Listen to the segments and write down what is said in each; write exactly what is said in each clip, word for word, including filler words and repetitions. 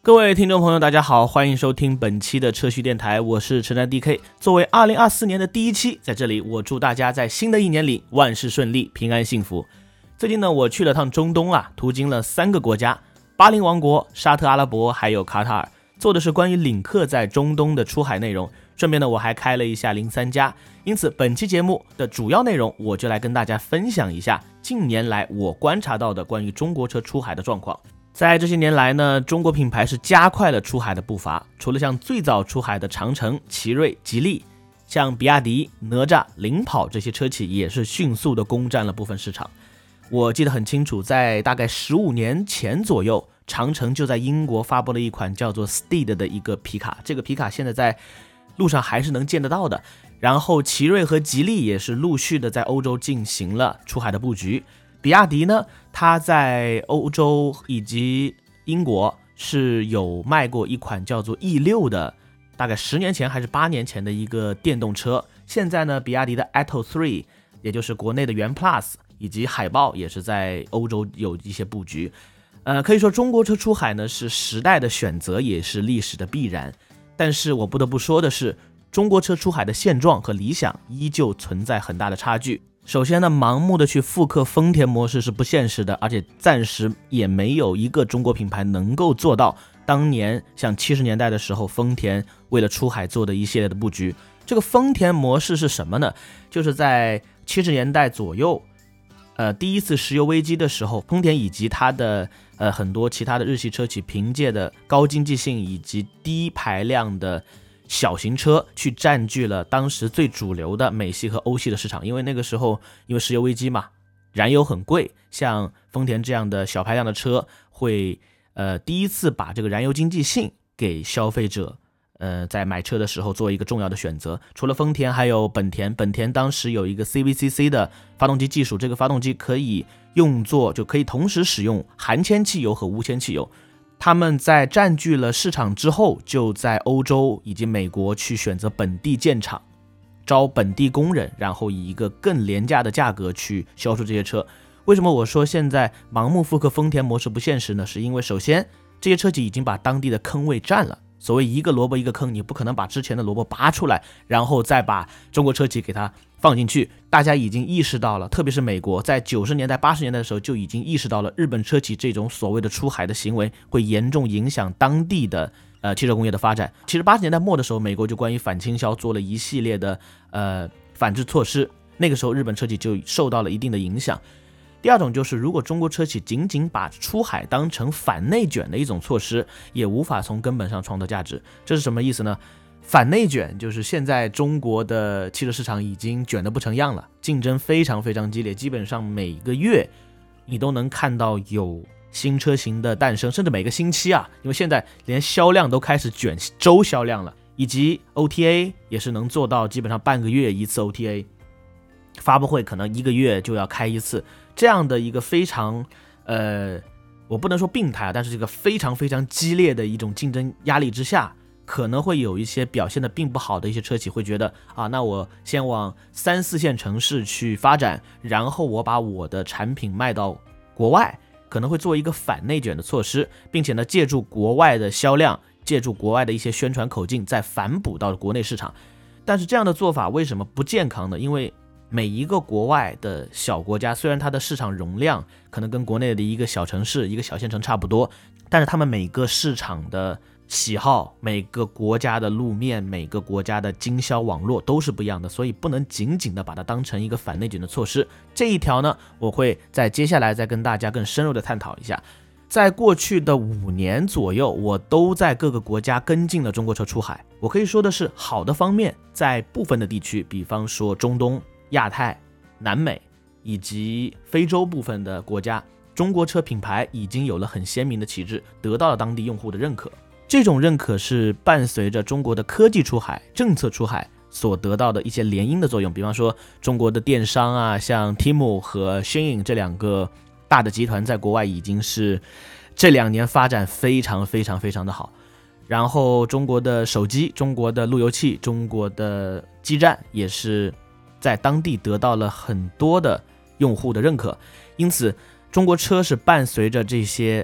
各位听众朋友大家好，欢迎收听本期的车虚电台，我是车站 D K。 作为二零二四年的第一期，在这里我祝大家在新的一年里万事顺利，平安幸福。最近呢，我去了趟中东啊，途经了三个国家，巴林王国、沙特阿拉伯还有卡塔尔，做的是关于领克在中东的出海内容。顺便呢，我还开了一下零三加，因此本期节目的主要内容我就来跟大家分享一下近年来我观察到的关于中国车出海的状况。在这些年来呢，中国品牌是加快了出海的步伐，除了像最早出海的长城、奇瑞、吉利，像比亚迪、哪吒、领跑这些车企也是迅速的攻占了部分市场。我记得很清楚，在大概十五年前左右，长城就在英国发布了一款叫做 Steed 的一个皮卡，这个皮卡现在在路上还是能见得到的。然后奇瑞和吉利也是陆续的在欧洲进行了出海的布局。比亚迪呢，它在欧洲以及英国是有卖过一款叫做 E 六 的，大概十年前还是八年前的一个电动车。现在呢，比亚迪的 Atto 三，也就是国内的元 Plus 以及海豹也是在欧洲有一些布局。呃，可以说中国车出海呢是时代的选择，也是历史的必然。但是我不得不说的是，中国车出海的现状和理想依旧存在很大的差距。首先呢，盲目的去复刻丰田模式是不现实的，而且暂时也没有一个中国品牌能够做到当年像七十年代的时候丰田为了出海做的一系列的布局。这个丰田模式是什么呢？就是在七十年代左右，呃，第一次石油危机的时候，丰田以及它的呃很多其他的日系车企凭借的高经济性以及低排量的小型车去占据了当时最主流的美系和欧系的市场。因为那个时候因为石油危机嘛，燃油很贵，像丰田这样的小排量的车会呃第一次把这个燃油经济性给消费者呃在买车的时候做一个重要的选择。除了丰田还有本田，本田当时有一个 C V C C 的发动机技术，这个发动机可以用作就可以同时使用含铅汽油和无铅汽油。他们在占据了市场之后，就在欧洲以及美国去选择本地建厂，招本地工人，然后以一个更廉价的价格去销售这些车。为什么我说现在盲目复刻丰田模式不现实呢？是因为首先这些车企已经把当地的坑位占了，所谓一个萝卜一个坑，你不可能把之前的萝卜拔出来，然后再把中国车企给它放进去。大家已经意识到了，特别是美国在九十年代八十年代的时候就已经意识到了日本车企这种所谓的出海的行为会严重影响当地的呃汽车工业的发展。其实八十年代末的时候，美国就关于反倾销做了一系列的呃反制措施，那个时候日本车企就受到了一定的影响。第二种就是，如果中国车企仅仅把出海当成反内卷的一种措施，也无法从根本上创造价值。这是什么意思呢？反内卷就是现在中国的汽车市场已经卷得不成样了，竞争非常非常激烈，基本上每个月你都能看到有新车型的诞生，甚至每个星期啊，因为现在连销量都开始卷周销量了，以及 O T A 也是能做到基本上半个月一次 O T A， 发布会可能一个月就要开一次，这样的一个非常呃，我不能说病态，但是这个非常非常激烈的一种竞争压力之下，可能会有一些表现的并不好的一些车企会觉得啊，那我先往三四线城市去发展，然后我把我的产品卖到国外，可能会做一个反内卷的措施，并且呢，借助国外的销量，借助国外的一些宣传口径，再反哺到国内市场。但是这样的做法为什么不健康呢？因为每一个国外的小国家，虽然它的市场容量可能跟国内的一个小城市、一个小县城差不多，但是他们每个市场的喜好，每个国家的路面，每个国家的经销网络都是不一样的，所以不能仅仅的把它当成一个反内卷的措施。这一条呢，我会在接下来再跟大家更深入的探讨一下。在过去的五年左右，我都在各个国家跟进了中国车出海。我可以说的是，好的方面，在部分的地区，比方说中东、亚太、南美以及非洲部分的国家，中国车品牌已经有了很鲜明的旗帜，得到了当地用户的认可。这种认可是伴随着中国的科技出海、政策出海所得到的一些联姻的作用。比方说中国的电商啊，像 Temu 和 Shein 这两个大的集团在国外已经是这两年发展非常非常非常的好。然后中国的手机、中国的路由器、中国的基站也是在当地得到了很多的用户的认可。因此中国车是伴随着这些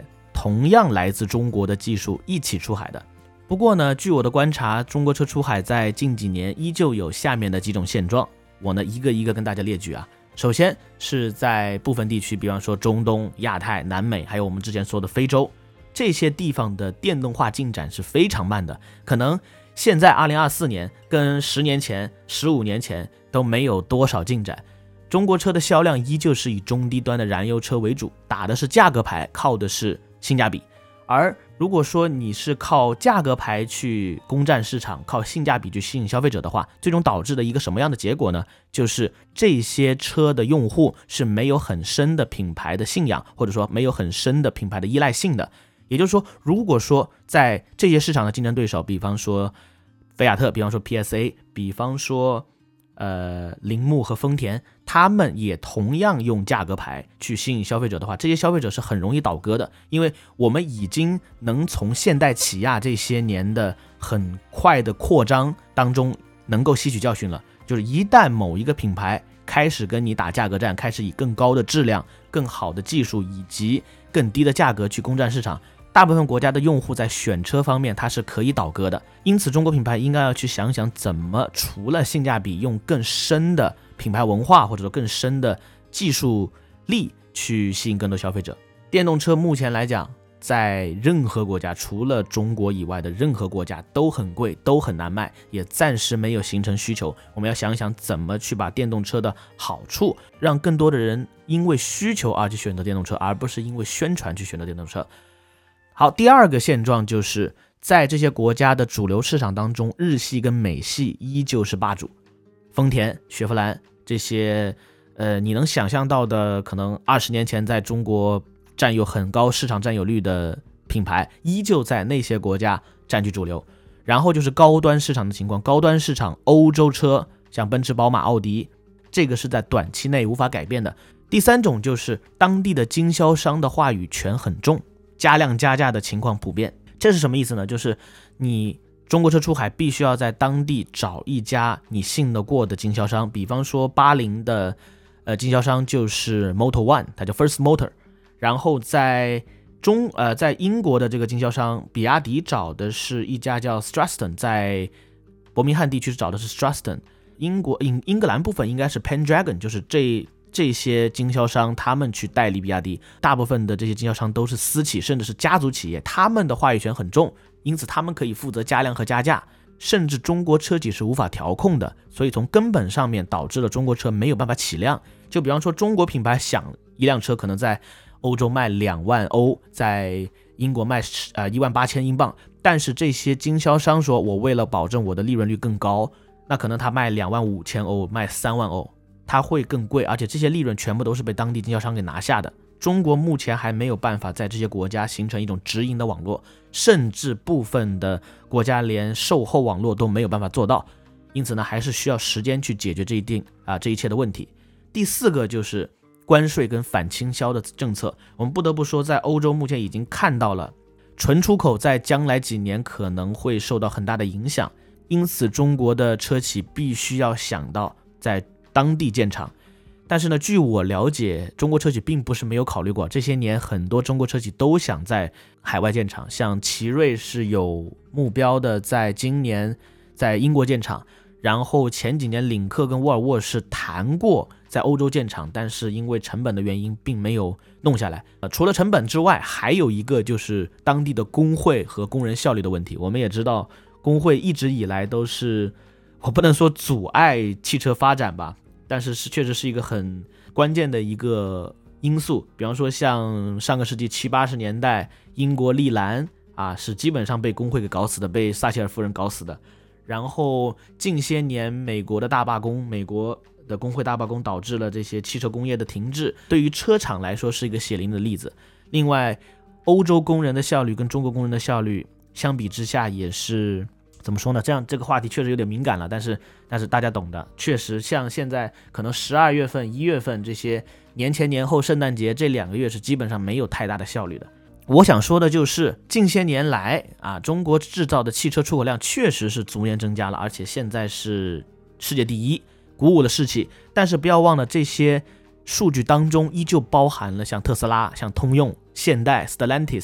同样来自中国的技术一起出海的。不过呢，据我的观察，中国车出海在近几年依旧有下面的几种现状，我呢一个一个跟大家列举啊。首先是在部分地区，比方说中东、亚太、南美，还有我们之前说的非洲，这些地方的电动化进展是非常慢的，可能现在二零二四年跟十年前、十五年前都没有多少进展。中国车的销量依旧是以中低端的燃油车为主，打的是价格牌，靠的是性价比。而如果说你是靠价格牌去攻占市场，靠性价比去吸引消费者的话，最终导致的一个什么样的结果呢？就是这些车的用户是没有很深的品牌的信仰，或者说没有很深的品牌的依赖性的。也就是说，如果说在这些市场的竞争对手，比方说菲亚特，比方说 P S A， 比方说呃，铃木和丰田，他们也同样用价格牌去吸引消费者的话，这些消费者是很容易倒戈的，因为我们已经能从现代起亚这些年的很快的扩张当中能够吸取教训了，就是一旦某一个品牌开始跟你打价格战，开始以更高的质量、更好的技术以及更低的价格去攻占市场，大部分国家的用户在选车方面它是可以倒戈的。因此中国品牌应该要去想想怎么除了性价比，用更深的品牌文化或者说更深的技术力去吸引更多消费者。电动车目前来讲，在任何国家除了中国以外的任何国家都很贵，都很难卖，也暂时没有形成需求。我们要想想怎么去把电动车的好处让更多的人因为需求而去选择电动车，而不是因为宣传去选择电动车。好，第二个现状就是在这些国家的主流市场当中，日系跟美系依旧是霸主。丰田、雪佛兰这些呃，你能想象到的可能二十年前在中国占有很高市场占有率的品牌，依旧在那些国家占据主流。然后就是高端市场的情况，高端市场欧洲车像奔驰、宝马、奥迪，这个是在短期内无法改变的。第三种就是当地的经销商的话语权很重，加量加价的情况普遍。这是什么意思呢？就是你中国车出海必须要在当地找一家你信得过的经销商，比方说巴林的呃经销商就是 Motor One， 它叫 First Motor。然后在中呃在英国的这个经销商比亚迪找的是一家叫 Straton， 在伯明翰地区找的是 Straton。英国英英格兰部分应该是 Pendragon， 就是这这些经销商他们去代理比亚迪，大部分的这些经销商都是私企甚至是家族企业，他们的话语权很重，因此他们可以负责加量和加价，甚至中国车企是无法调控的，所以从根本上面导致了中国车没有办法起量。就比方说中国品牌想一辆车可能在欧洲卖两万欧，在英国卖呃一万八千英镑，但是这些经销商说我为了保证我的利润率更高，那可能他卖两万五千欧，卖三万欧，它会更贵，而且这些利润全部都是被当地经销商给拿下的。中国目前还没有办法在这些国家形成一种直营的网络，甚至部分的国家连售后网络都没有办法做到，因此呢，还是需要时间去解决这一定啊这一切的问题。第四个就是关税跟反倾销的政策，我们不得不说，在欧洲目前已经看到了纯出口在将来几年可能会受到很大的影响，因此中国的车企必须要想到在当地建厂。但是呢，据我了解，中国车企并不是没有考虑过，这些年很多中国车企都想在海外建厂，像奇瑞是有目标的，在今年在英国建厂，然后前几年领克跟沃尔沃是谈过在欧洲建厂，但是因为成本的原因并没有弄下来。呃，除了成本之外，还有一个就是当地的工会和工人效率的问题。我们也知道，工会一直以来都是，我不能说阻碍汽车发展吧，但是是确实是一个很关键的一个因素。比方说像上个世纪七八十年代，英国利兰啊是基本上被工会给搞死的，被撒切尔夫人搞死的。然后近些年美国的大罢工，美国的工会大罢工导致了这些汽车工业的停滞，对于车厂来说是一个血淋的例子。另外，欧洲工人的效率跟中国工人的效率相比之下也是怎么说呢？这样这个话题确实有点敏感了，但是但是大家懂的。确实，像现在可能十二月份、一月份这些年前年后圣诞节这两个月是基本上没有太大的效率的。我想说的就是近些年来啊，中国制造的汽车出口量确实是逐年增加了，而且现在是世界第一，鼓舞了士气。但是不要忘了，这些数据当中依旧包含了像特斯拉、像通用、现代、Stellantis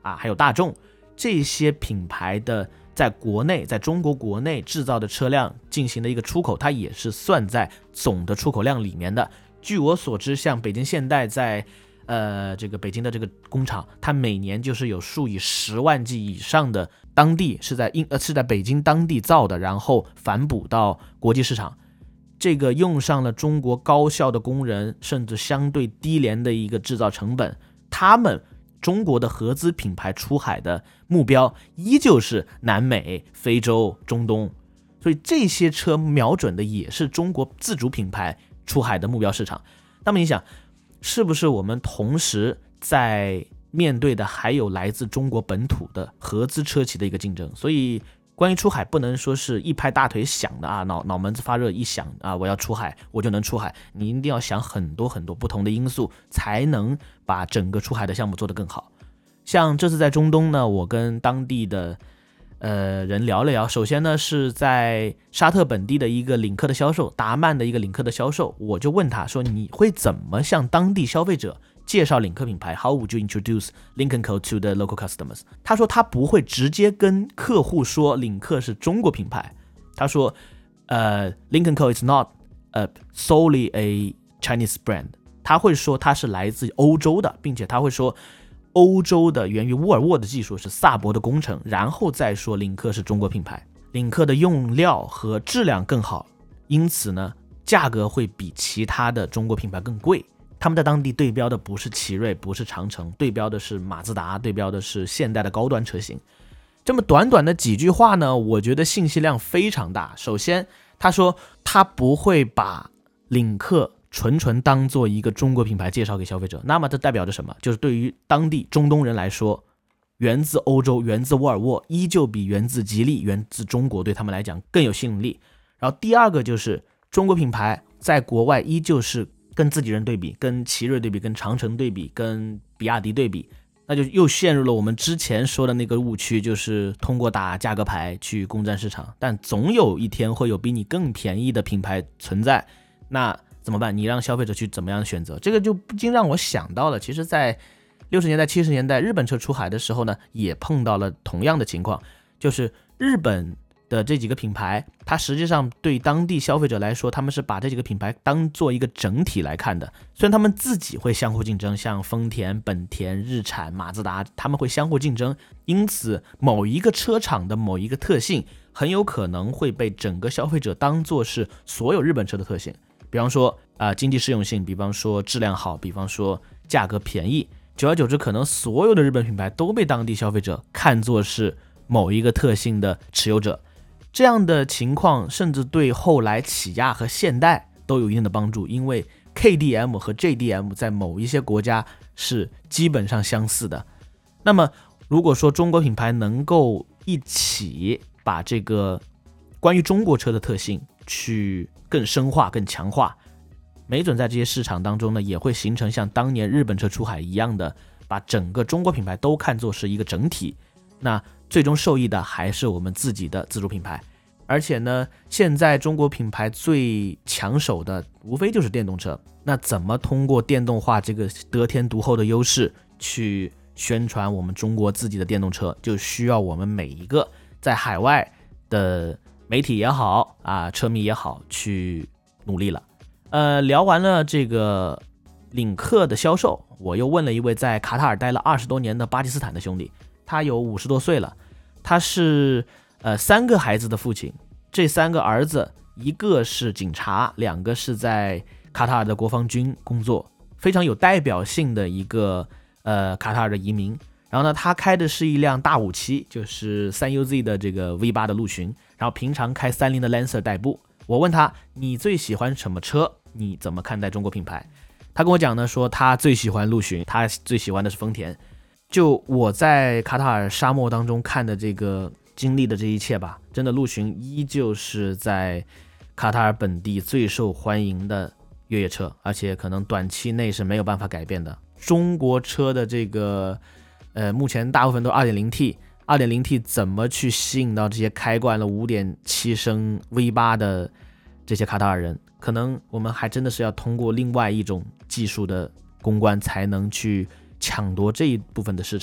啊，还有大众这些品牌的在国内，在中国国内制造的车辆进行的一个出口，它也是算在总的出口量里面的。据我所知，像北京现代在呃这个北京的这个工厂，它每年就是有数以十万计以上的当地是在英呃是在北京当地造的，然后反哺到国际市场。这个用上了中国高效的工人，甚至相对低廉的一个制造成本，他们中国的合资品牌出海的目标依旧是南美、非洲、中东，所以这些车瞄准的也是中国自主品牌出海的目标市场。那么你想，是不是我们同时在面对的还有来自中国本土的合资车企的一个竞争？所以关于出海，不能说是一拍大腿想的啊，脑脑门子发热一想啊，我要出海，我就能出海。你一定要想很多很多不同的因素，才能把整个出海的项目做得更好。像这次在中东呢，我跟当地的呃人聊了聊。首先呢，是在沙特本地的一个领克的销售，达曼的一个领克的销售，我就问他说，你会怎么向当地消费者介绍领克品牌 ？How would you introduce Lincoln Co to the local customers？ 他说他不会直接跟客户说领克是中国品牌，他说，呃 ，Lincoln Co is not a solely a Chinese brand， 他会说它是来自欧洲的，并且他会说欧洲的源于沃尔沃的技术是萨博的工程，然后再说领克是中国品牌。领克的用料和质量更好，因此呢，价格会比其他的中国品牌更贵。他们在当地对标的不是奇瑞，不是长城，对标的是马自达，对标的是现代的高端车型。这么短短的几句话呢，我觉得信息量非常大。首先，他说他不会把领克纯纯当做一个中国品牌介绍给消费者，那么这代表着什么？就是对于当地中东人来说，源自欧洲、源自沃尔沃依旧比源自吉利、源自中国对他们来讲更有吸引力。然后第二个就是中国品牌在国外依旧是跟自己人对比，跟奇瑞对比，跟长城对比，跟比亚迪对比，那就又陷入了我们之前说的那个误区，就是通过打价格牌去攻占市场。但总有一天会有比你更便宜的品牌存在，那怎么办？你让消费者去怎么样选择？这个就不禁让我想到了，其实在六十年代、七十年代日本车出海的时候呢，也碰到了同样的情况，就是日本的这几个品牌，它实际上对当地消费者来说，他们是把这几个品牌当做一个整体来看的。虽然他们自己会相互竞争，像丰田、本田、日产、马自达，他们会相互竞争，因此某一个车厂的某一个特性很有可能会被整个消费者当作是所有日本车的特性。比方说啊、呃，经济适用性，比方说质量好，比方说价格便宜，久而久之，可能所有的日本品牌都被当地消费者看作是某一个特性的持有者。这样的情况甚至对后来起亚和现代都有一定的帮助，因为 K D M 和 J D M 在某一些国家是基本上相似的。那么如果说中国品牌能够一起把这个关于中国车的特性去更深化、更强化，没准在这些市场当中呢，也会形成像当年日本车出海一样的，把整个中国品牌都看作是一个整体。那最终受益的还是我们自己的自主品牌。而且呢，现在中国品牌最抢手的无非就是电动车，那怎么通过电动化这个得天独厚的优势去宣传我们中国自己的电动车，就需要我们每一个在海外的媒体也好啊，车迷也好去努力了。呃，聊完了这个领克的销售，我又问了一位在卡塔尔待了二十多年的巴基斯坦的兄弟，他有五十多岁了，他是呃三个孩子的父亲，这三个儿子一个是警察，两个是在卡塔尔的国防军工作，非常有代表性的一个呃卡塔尔的移民。然后呢，他开的是一辆大五七，就是三 U Z 的这个 V 八 的陆巡，然后平常开三菱的 Lancer 代步。我问他，你最喜欢什么车？你怎么看待中国品牌？他跟我讲呢，说他最喜欢陆巡，他最喜欢的是丰田。就我在卡塔尔沙漠当中看的这个经历的这一切吧，真的陆巡依旧是在卡塔尔本地最受欢迎的越野车，而且可能短期内是没有办法改变的。中国车的这个呃，目前大部分都 二点零 T， 二点零 T 怎么去吸引到这些开惯了 五点七 升 V 八 的这些卡塔尔人？可能我们还真的是要通过另外一种技术的攻关才能去抢夺这一部分的市场。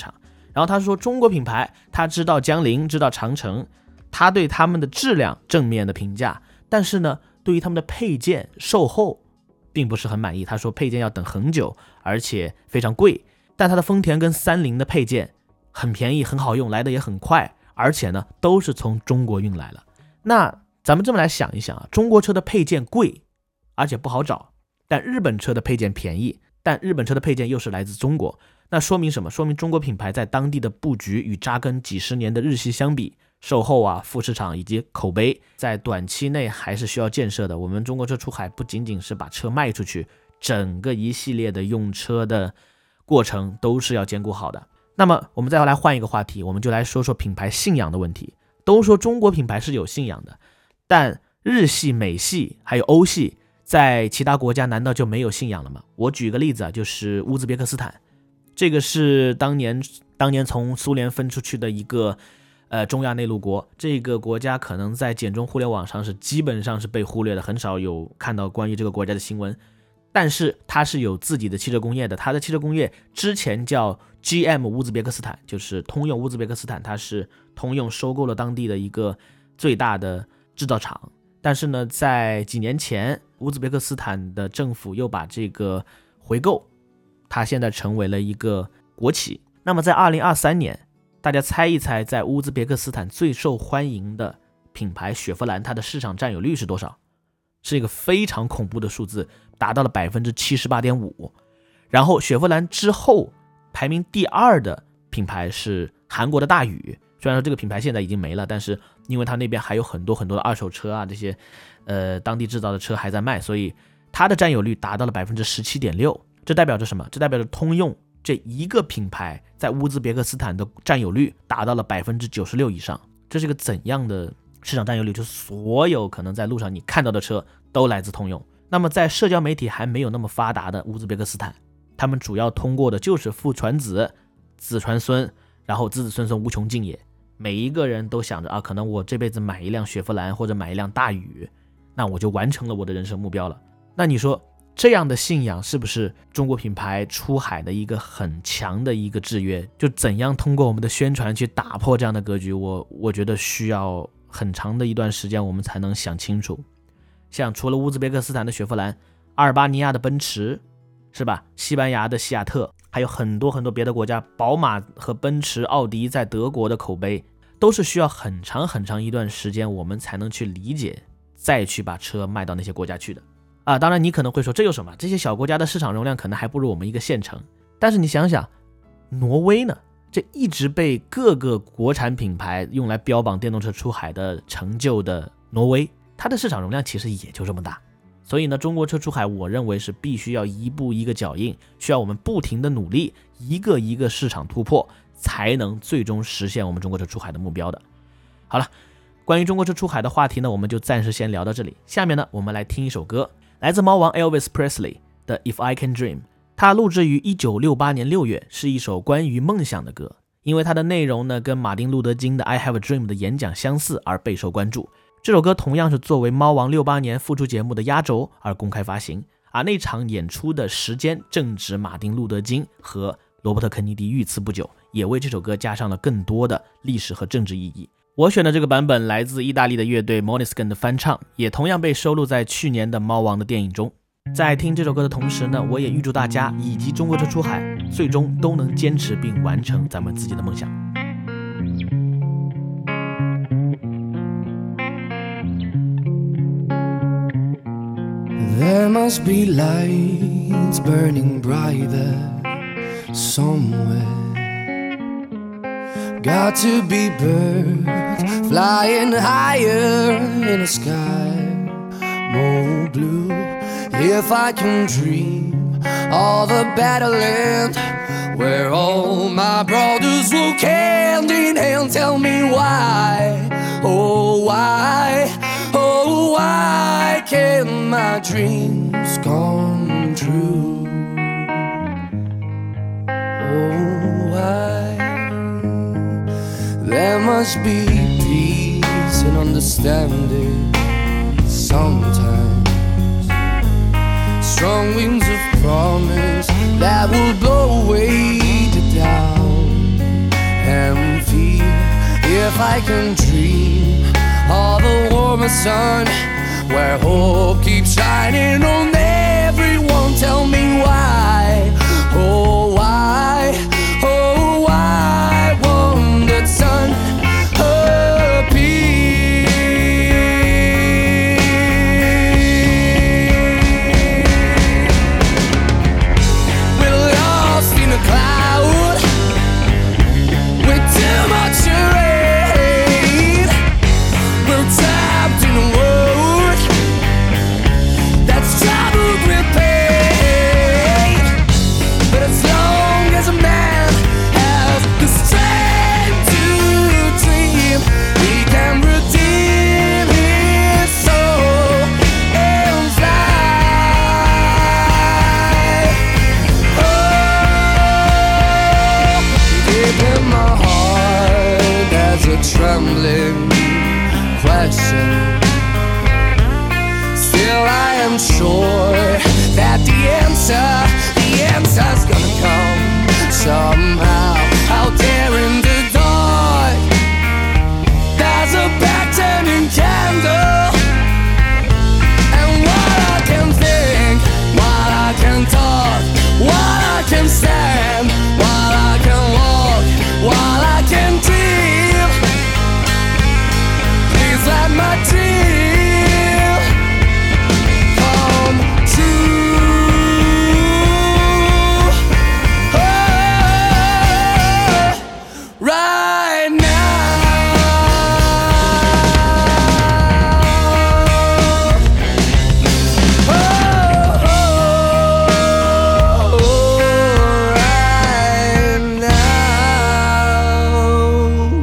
然后他说中国品牌他知道江铃，知道长城，他对他们的质量正面的评价，但是呢对于他们的配件售后并不是很满意。他说配件要等很久，而且非常贵，但他的丰田跟三菱的配件很便宜很好用，来的也很快，而且呢都是从中国运来了。那咱们这么来想一想啊，中国车的配件贵而且不好找，但日本车的配件便宜，但日本车的配件又是来自中国，那说明什么？说明中国品牌在当地的布局与扎根几十年的日系相比，售后啊、副市场以及口碑在短期内还是需要建设的。我们中国车出海不仅仅是把车卖出去，整个一系列的用车的过程都是要兼顾好的。那么我们再来换一个话题，我们就来说说品牌信仰的问题。都说中国品牌是有信仰的，但日系、美系还有欧系在其他国家难道就没有信仰了吗？我举个例子啊，就是乌兹别克斯坦，这个是当年当年从苏联分出去的一个呃中亚内陆国，这个国家可能在简中互联网上是基本上是被忽略的，很少有看到关于这个国家的新闻。但是它是有自己的汽车工业的，它的汽车工业之前叫 G M 乌兹别克斯坦，就是通用乌兹别克斯坦，它是通用收购了当地的一个最大的制造厂。但是呢，在几年前，乌兹别克斯坦的政府又把这个回购，它现在成为了一个国企。那么在二零二三年，大家猜一猜，在乌兹别克斯坦最受欢迎的品牌雪佛兰，它的市场占有率是多少？是一个非常恐怖的数字，达到了 百分之七十八点五。 然后雪佛兰之后排名第二的品牌是韩国的大宇，虽然说这个品牌现在已经没了，但是因为它那边还有很多很多的二手车啊，这些呃当地制造的车还在卖，所以它的占有率达到了 百分之十七点六。 这代表着什么？这代表着通用这一个品牌在乌兹别克斯坦的占有率达到了 百分之九十六 以上。这是一个怎样的市场占有率？就是所有可能在路上你看到的车都来自通用。那么在社交媒体还没有那么发达的乌兹别克斯坦，他们主要通过的就是父传子，子传孙，然后子子孙孙无穷尽也。每一个人都想着啊，可能我这辈子买一辆雪佛兰或者买一辆大宇，那我就完成了我的人生目标了。那你说这样的信仰是不是中国品牌出海的一个很强的一个制约？就怎样通过我们的宣传去打破这样的格局，我我觉得需要很长的一段时间我们才能想清楚。像除了乌兹别克斯坦的雪佛兰，阿尔巴尼亚的奔驰，是吧？西班牙的西亚特，还有很多很多别的国家，宝马和奔驰、奥迪在德国的口碑都是需要很长很长一段时间我们才能去理解，再去把车卖到那些国家去的啊。当然你可能会说这有什么，这些小国家的市场容量可能还不如我们一个县城。但是你想想挪威呢，这一直被各个国产品牌用来标榜电动车出海的成就的挪威，它的市场容量其实也就这么大。所以呢，中国车出海我认为是必须要一步一个脚印，需要我们不停的努力，一个一个市场突破，才能最终实现我们中国车出海的目标的。好了，关于中国车出海的话题呢，我们就暂时先聊到这里。下面呢，我们来听一首歌，来自猫王 Elvis Presley 的 If I Can Dream。 它录制于一九六八年六月，是一首关于梦想的歌，因为它的内容呢跟马丁路德金的 I Have a Dream 的演讲相似而备受关注。这首歌同样是作为猫王六八年复出节目的压轴而公开发行，而那场演出的时间正值马丁路德金和罗伯特肯尼迪遇刺不久，也为这首歌加上了更多的历史和政治意义。我选的这个版本来自意大利的乐队 Måneskin 的翻唱，也同样被收录在去年的猫王的电影中。在听这首歌的同时呢，我也预祝大家以及中国车出海最终都能坚持并完成咱们自己的梦想。 There must be lights burning brighter somewhere. Got to be birds flying higher in the sky, more blue. If I can dream of a better land where all my brothers walk hand in hand, tell me why, oh why?Oh, why can't my dreams come true? Oh, why? There must be peace and understanding sometimes. Strong winds of promise that will blow away the doubt. I can dream of a warmer sun where hope keeps shining on everyone. Tell me why, oh why, oh why won't the sun appear? We're lost in a cloud with too much rain. We're trapped in a world that's troubled with pain. But as long as a man has the strength to dream, he can redeem his soul and fly. Oh, deep in my heart there's a trembling question. Still I am sure that the answer, the answer's gonna come somehow. Out there in the dark there's a back-turning candle. And while I can think, while I can talk, while I can stand, while I can walk, while I can dream, please let my dream come true. Oh, right now. Oh, right now.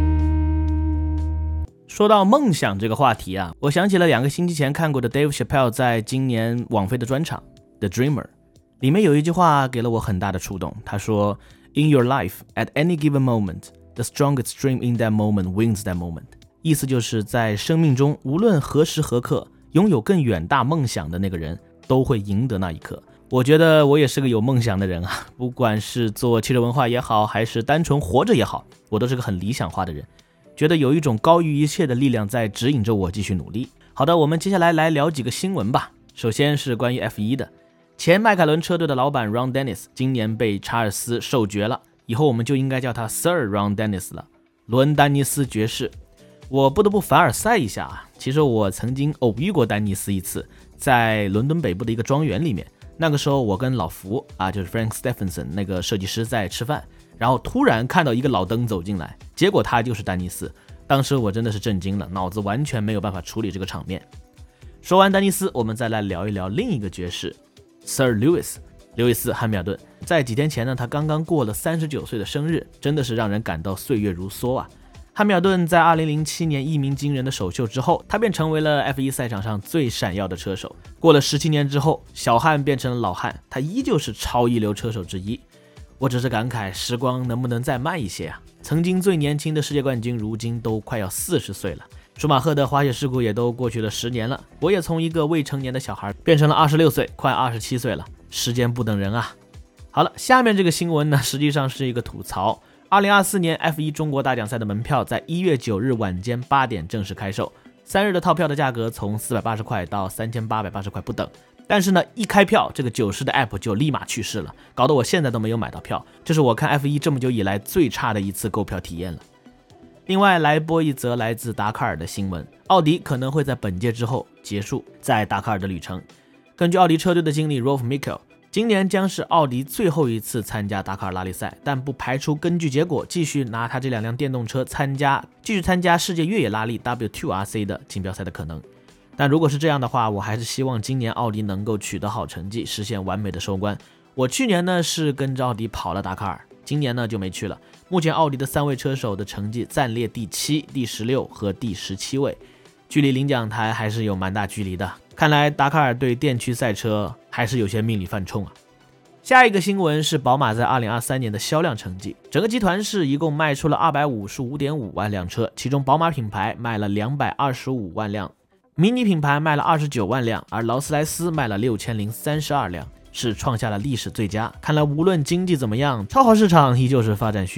说到梦想这个话题啊，我想起了两个星期前看过的 Dave Chappelle 在今年网飞的专场 The Dreamer， 里面有一句话给了我很大的触动。他说 In your life, at any given moment, the strongest dream in that moment wins that moment。 意思就是在生命中无论何时何刻，拥有更远大梦想的那个人都会赢得那一刻。我觉得我也是个有梦想的人啊，不管是做汽车文化也好，还是单纯活着也好，我都是个很理想化的人，觉得有一种高于一切的力量在指引着我继续努力。好的，我们接下来来聊几个新闻吧。首先是关于 F 一 的，前迈凯伦车队的老板 Ron Dennis 今年被查尔斯授爵了，以后我们就应该叫他 Sir Ron Dennis 了，罗恩丹尼斯爵士。我不得不凡尔赛一下啊，其实我曾经偶遇过丹尼斯一次，在伦敦北部的一个庄园里面，那个时候我跟老福啊，就是 Frank Stephenson 那个设计师在吃饭，然后突然看到一个老登走进来，结果他就是丹尼斯。当时我真的是震惊了，脑子完全没有办法处理这个场面。说完丹尼斯，我们再来聊一聊另一个爵士 Sir Lewis 刘易斯·汉密尔顿。在几天前呢，他刚刚过了三十九岁的生日，真的是让人感到岁月如梭啊。汉密尔顿在二零零七年一鸣惊人的首秀之后，他便成为了 F 一 赛场上最闪耀的车手。过了十七年之后，小汉变成了老汉，他依旧是超一流车手之一。我只是感慨时光能不能再慢一些啊，曾经最年轻的世界冠军如今都快要四十岁了，舒马赫的滑雪事故也都过去了十年了，我也从一个未成年的小孩变成了二十六岁快二十七岁了，时间不等人啊。好了，下面这个新闻呢，实际上是一个吐槽。二零二四年 F 一 中国大奖赛的门票在一月九日晚间八点正式开售，三日的套票的价格从四百八十块到三千八百八十块不等。但是呢，一开票这个九十的 app 就立马去世了，搞得我现在都没有买到票，这是我看 F 一 这么久以来最差的一次购票体验了。另外来播一则来自达喀尔的新闻，奥迪可能会在本届之后结束在达喀尔的旅程。根据奥迪车队的经理 Rolf Mikkel， 今年将是奥迪最后一次参加达喀尔拉力赛，但不排除根据结果继续拿他这两辆电动车参加继续参加世界越野拉力 W 二 R C 的锦标赛的可能。但如果是这样的话，我还是希望今年奥迪能够取得好成绩，实现完美的收官。我去年呢是跟着奥迪跑了达喀尔，今年呢就没去了。目前奥迪的三位车手的成绩暂列第七、第十六和第十七位，距离领奖台还是有蛮大距离的。看来达喀尔对电驱赛车还是有些命里犯冲啊。下一个新闻是宝马在二零二三年的销量成绩，整个集团是一共卖出了 二百五十五点五万辆车，其中宝马品牌卖了两百二十五万辆，迷你品牌卖了二十九万辆，而劳斯莱斯卖了六千零三十二辆，是创下了历史最佳。看来无论经济怎么样，超跑市场依旧是发展迅猛啊。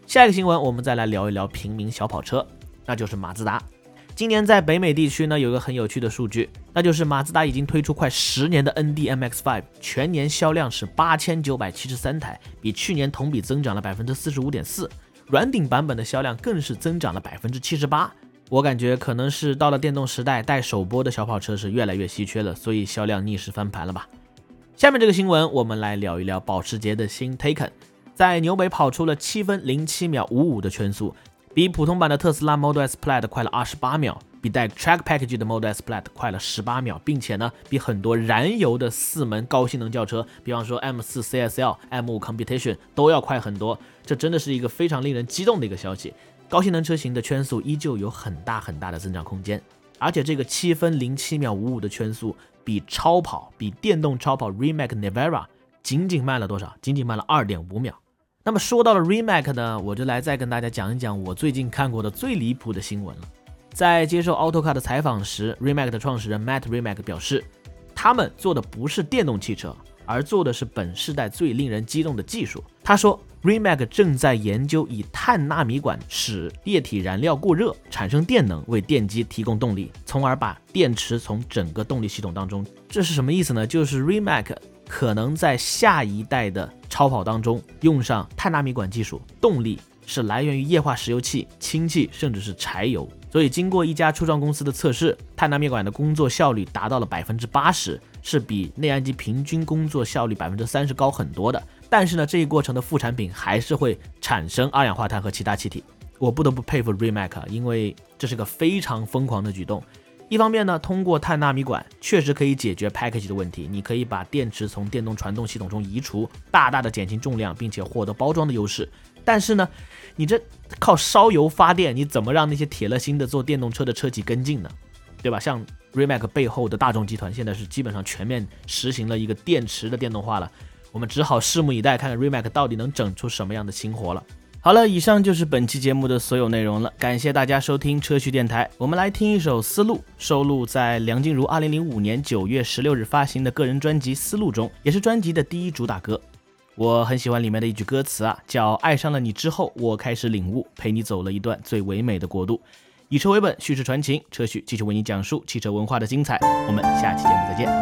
下一个新闻，我们再来聊一聊平民小跑车，那就是马自达。今年在北美地区呢，有一个很有趣的数据，那就是马自达已经推出快十年的 N D M X 五， 全年销量是八千九百七十三台，比去年同比增长了 百分之四十五点四， 软顶版本的销量更是增长了 百分之七十八。 我感觉可能是到了电动时代，带手拨的小跑车是越来越稀缺了，所以销量逆势翻盘了吧。下面这个新闻我们来聊一聊保时捷的新 Taycan， 在纽北跑出了七分零七秒五五的圈速，比普通版的特斯拉 Model S Plaid 快了二十八秒，比带 Track Package 的 Model S Plaid 快了十八秒，并且呢，比很多燃油的四门高性能轿车，比方说 M 四 C S L、M 五 Competition 都要快很多。这真的是一个非常令人激动的一个消息。高性能车型的圈速依旧有很大很大的增长空间，而且这个七分零七秒五五的圈速比超跑，比电动超跑 Rimac Nevera 仅仅慢了多少？仅仅慢了 二点五秒。那么说到了 Rimac 呢，我就来再跟大家讲一讲我最近看过的最离谱的新闻了。在接受 Autocar 的采访时， Rimac 的创始人 Matt Rimac 表示，他们做的不是电动汽车，而做的是本世代最令人激动的技术。他说 Rimac 正在研究以碳纳米管使液体燃料过热，产生电能，为电机提供动力，从而把电池从整个动力系统当中。这是什么意思呢？就是 Rimac 可能在下一代的超跑当中用上碳纳米管技术，动力是来源于液化石油气、氢气，甚至是柴油。所以经过一家初创公司的测试，碳纳米管的工作效率达到了 百分之八十， 是比内燃机平均工作效率 百分之三十 高很多的。但是呢，这一过程的副产品还是会产生二氧化碳和其他气体。我不得不佩服 Rimac， 因为这是个非常疯狂的举动。一方面呢，通过碳纳米管确实可以解决 package 的问题，你可以把电池从电动传动系统中移除，大大的减轻重量，并且获得包装的优势。但是呢，你这靠烧油发电，你怎么让那些铁了心的做电动车的车企跟进呢？对吧？像 Rimac 背后的大众集团现在是基本上全面实行了一个电池的电动化了，我们只好拭目以待，看看 Rimac 到底能整出什么样的新活了。好了，以上就是本期节目的所有内容了，感谢大家收听车旭电台。我们来听一首《丝路》，收录在梁静茹二零零五年九月十六日发行的个人专辑《丝路》中，也是专辑的第一主打歌。我很喜欢里面的一句歌词啊，叫爱上了你之后，我开始领悟，陪你走了一段最唯美的国度。以车为本，叙事传情，车旭继续为你讲述汽车文化的精彩。我们下期节目再见。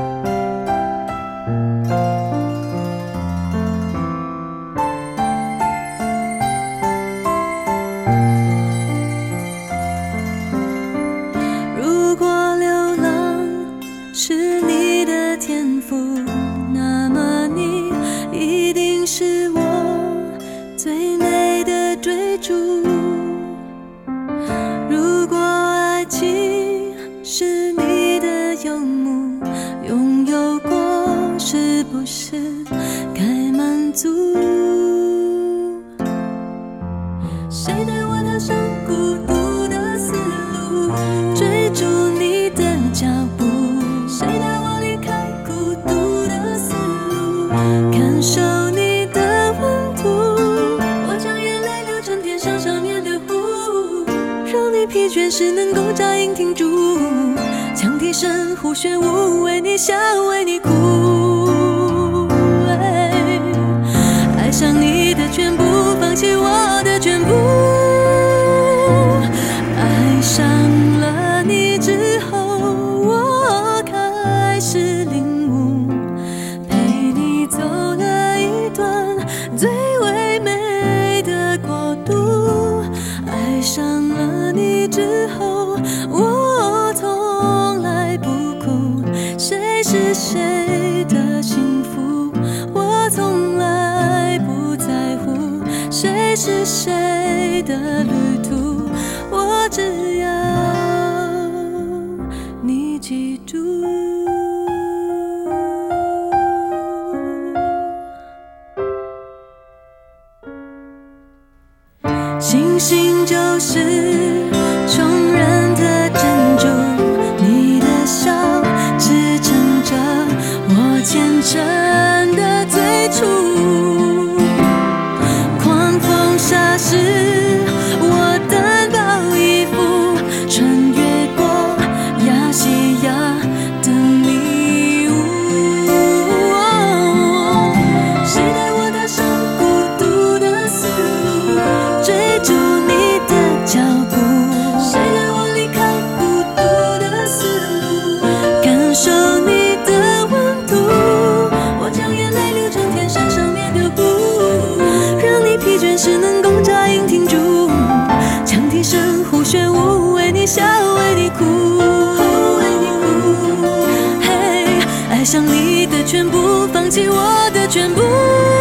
如果流浪是你的天赋，那么你一定是我最美的追逐。如果爱情是你的游牧，拥有过是不是该满足？谁带我踏上孤独的丝路，追逐你的脚步？谁带我离开孤独的丝路，感受你的温度？我将眼泪流成天上上面的湖，让你疲倦时能够扎营停住，羌笛声呼旋舞，为你笑为你哭。爱上你的全部，放弃我的全部。爱上了你之后，我开始领悟，陪你走了一段最唯美的国度。爱上了你之后，我从来不哭，谁是谁的幸福，我从来不在乎，谁是谁的旅途，我只要你记住。星星就是穷人的珍珠，你的笑支撑着我虔诚的最初。狂风沙时，我单薄衣服，穿越过亚细亚的迷雾。谁带我踏上孤独的丝路， 放弃我的全部。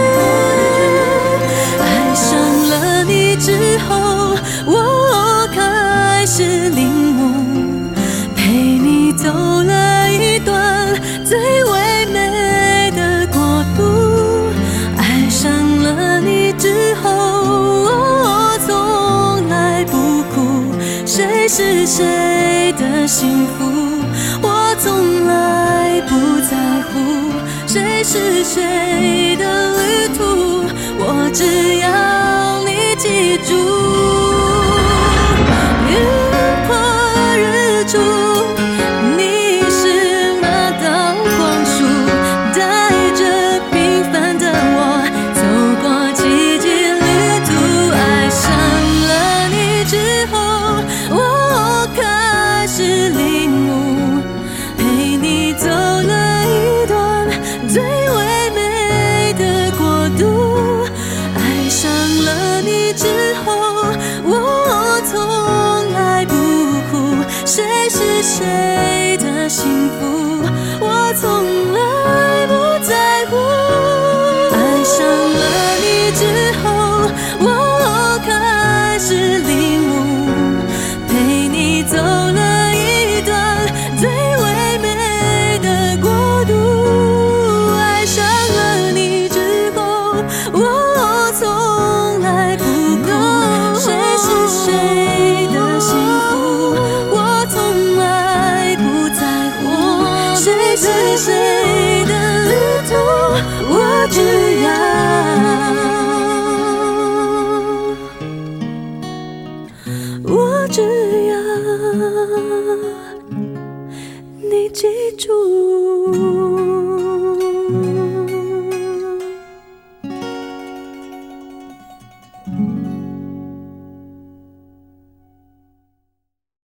爱上了你之后，我开始领悟，陪你走了一段最唯美的国度。爱上了你之后，我从来不哭，谁是谁的幸福，我从来不在乎，谁是谁的旅途，我只要你记住。云破日出，你是那道光束，带着平凡的我走过奇迹旅途。爱上了你之后，我开始领悟，陪你走了一段最唯美的国度。爱上了你之后，我从来不哭，谁是谁的幸福，我从来不在乎。爱上了你之后，我开始领悟，陪你走了一段最唯美的国度。爱上了你之后，我从来不哭，谁是谁的幸福，我从来不在乎，谁是谁的旅途，我只要，我只要你记住。